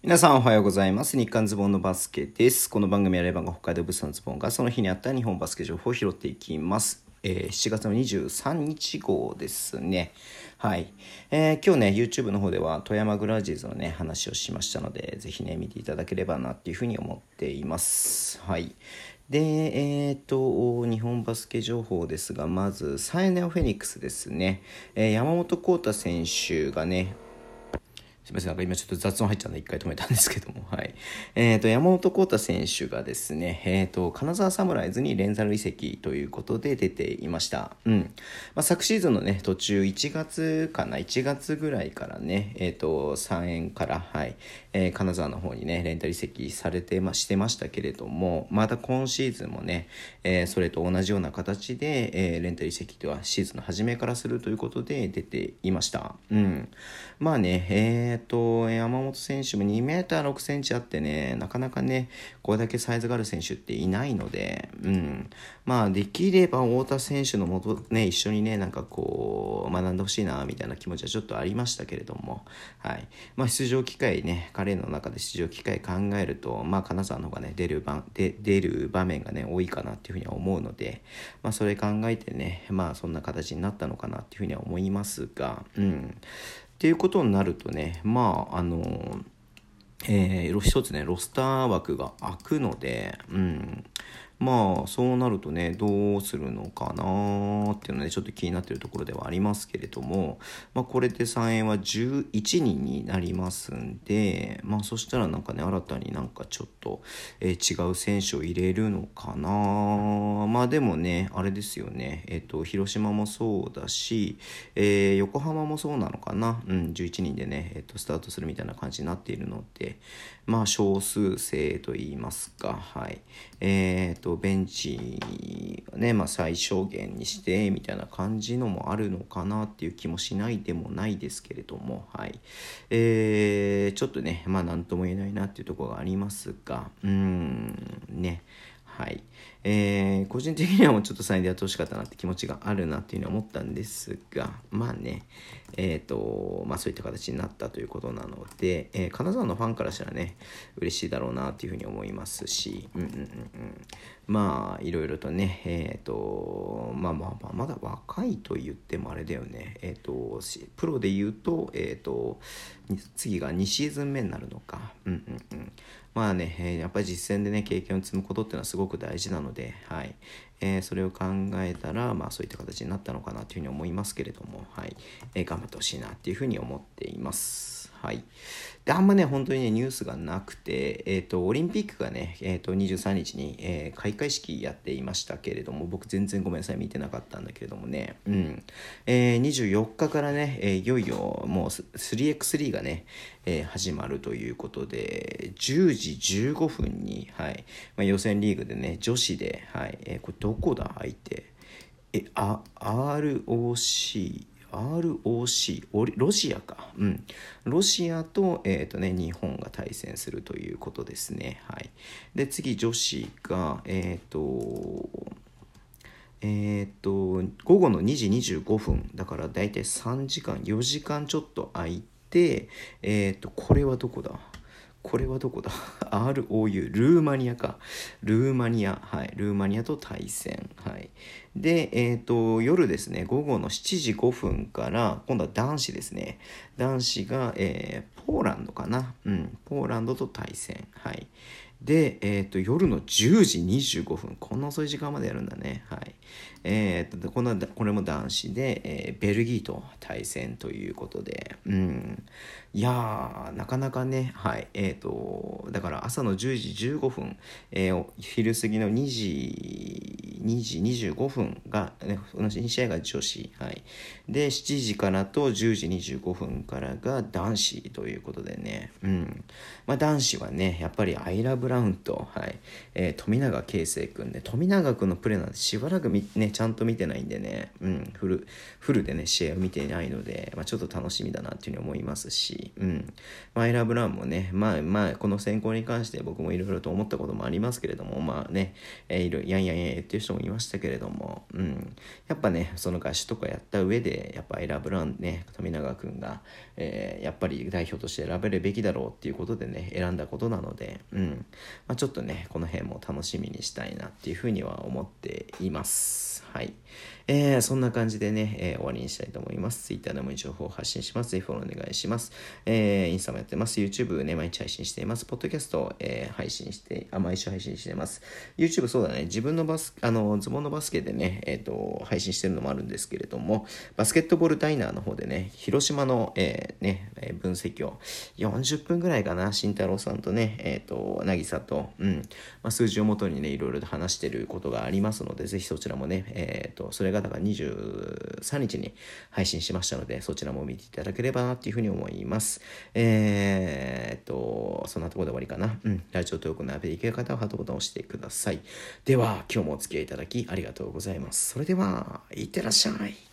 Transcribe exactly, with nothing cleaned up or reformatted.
皆さんおはようございます。日刊ズボンのバスケです。この番組はレバンが北海道物産ズボンがその日にあった日本バスケ情報を拾っていきます。えー、しちがつのにじゅうさんにち号ですね。はい、えー、今日ね YouTube の方では富山グラウジーズのね話をしましたので、ぜひね見ていただければなっていうふうに思っています。はい。で、えー、と日本バスケ情報ですが、まずサンエネオフェニックスですね。えー、山本浩太選手がね、すみません、なんか今ちょっと雑音入っちゃうんで一回止めたんですけども、はい。えっ、ー、と、山本浩太選手がですね、えっ、ー、と、金沢サムライズにレンタル移籍ということで出ていました。うん。まあ、昨シーズンのね、途中いちがつかな、いちがつぐらいからね、えっ、ー、と、さんえんから、はい、えー、金沢の方にね、レンタル移籍されて、まあ、してましたけれども、また今シーズンもね、えー、それと同じような形で、えー、レンタル移籍とはシーズンの初めからするということで出ていました。うん。まあね、えーえっと、山本選手もにメーターろくセンチあってね、なかなかね、これだけサイズがある選手っていないので、うん。まあ、できれば太田選手のもと、ね、一緒にね、なんかこう、学んでほしいな、みたいな気持ちはちょっとありましたけれども、はい。まあ、出場機会ね、彼の中で出場機会考えると、まあ、金沢の方がね、出る場、で出る場面がね、多いかなっていうふうには思うので、まあ、それ考えてね、まあ、そんな形になったのかなっていうふうには思いますが、うん。っていうことになるとね、まああのえー、一つねロスター枠が空くので、うん、まあそうなるとねどうするのかなっていうのはねちょっと気になっているところではありますけれども、まあ、これでさんえんはじゅういちにんになりますんで、まあそしたらなんかね新たになんかちょっと、えー、違う選手を入れるのかな。まあでもねあれですよね、えっと広島もそうだし、えー、横浜もそうなのかな、うん、じゅういちにんでね、えっとスタートするみたいな感じになっているので、まあ少数制といいますか、はい、えっとベンチをね、まあ、最小限にしてみたいな感じのもあるのかなっていう気もしないでもないですけれども、はい、えー、ちょっとねまあ何とも言えないなっていうところがありますが、うーんね、はい、えー、個人的にはもうちょっとさんえんでやってほしかったなって気持ちがあるなっていうのは思ったんですが、まあね、えーとまあ、そういった形になったということなので、えー、金沢のファンからしたらね嬉しいだろうなっていうふうに思いますし、うんうんうんうん、まあいろいろとね、えーとまあまあまあまだ若いと言ってもあれだよね、えーとプロで言うと、えーと次がにシーズン目になるのか、うんうんうん、まあね、えー、やっぱり実戦でね経験を積むことっていうのはすごく大事なので、はい、えー、それを考えたらまあそういった形になったのかなというふうに思いますけれども、はい、えー、頑張ってほしいなっていうふうに思っています。はい。で、あんまね、本当にね、ニュースがなくて、えっと、オリンピックがね、えっと、にじゅうさんにちに、えー、開会式やっていましたけれども、僕全然ごめんなさい、見てなかったんだけれどもね、うん。えー、にじゅうよっかからね、えー、いよいよもう スリーエックススリー がね、えー、始まるということで、じゅうじじゅうごふんに、はい、まあ、予選リーグでね、女子で、はい、えー、これどこだ、相手。え、あ、アールオーシー、アールオーシー、ロシアか。うん。ロシアと、えっとね、日本が対戦するということですね。はい。で、次、女子が、えっと、えっと、午後のにじにじゅうごふん。だからだいたいさんじかん、よじかんちょっと空いて、えっと、これはどこだこれはどこだアールオーユー、ルーマニアか。ルーマニア、はい。ルーマニアと対戦。はい。で、えっと、夜ですね、午後のしちじごふんから、今度は男子ですね。男子が、えー、ポーランドかな。うん。ポーランドと対戦。はい。で、えっと、夜のじゅうじにじゅうごふん。こんな遅い時間までやるんだね。はい。えー、っと、この、これも男子で、えー、ベルギーと対戦ということで、うん。いやー、なかなかね、はい。えー、っと、だから朝のじゅうじじゅうごふん、えー、昼過ぎのにじ、にじにじゅうごふんが、ね、同じに試合が女子、はい。で、しちじからとじゅうじにじゅうごふんからが男子ということでね、うん。まあ男子はね、やっぱりアイラ・ブラウンと、はい。えー、富永啓生君ね、富永君のプレーなんてしばらくみね、ちゃんと見てないんでね、うん、フル、フルでね、試合を見てないので、まあ、ちょっと楽しみだなっていうふうに思いますし、うん、マイラ・ブラウンもね、まあまあ、この選考に関して僕もいろいろと思ったこともありますけれども、まあね、えー、いろいろやんやんやん言ってる人人もいましたけれども、うん、やっぱねその合宿とかやった上でやっぱエラ・ブラウンね富永君が、えー、やっぱり代表として選べるべきだろうっていうことでね選んだことなので、うんまあ、ちょっとねこの辺も楽しみにしたいなっていうふうには思っています。はい、えー、そんな感じでね、えー、終わりにしたいと思います。Twitter でも情報を発信します。ぜひフォローお願いします。えー、インスタもやってます。YouTube ね、毎日配信しています。ポッドキャスト、えー、配信して、あ、毎週配信しています。YouTube そうだね、自分のバス、あの、ズボンのバスケでね、えっ、ー、と、配信してるのもあるんですけれども、バスケットボールダイナーの方でね、広島の、えー、ね、分析をよんじゅっぷんぐらいかな、慎太郎さんとね、えっ、ー、と、渚と、うん、まあ、数字をもとにね、いろいろと話してることがありますので、ぜひそちらもね、えっ、ー、と、それがだからにじゅうさんにちに配信しましたので、そちらも見ていただければなっていうふうに思います。えー、っと、そんなところで終わりかな。うん。ラジオトークのアプリできる方はハートボタンを押してください。では、今日もお付き合いいただきありがとうございます。それでは、いってらっしゃい。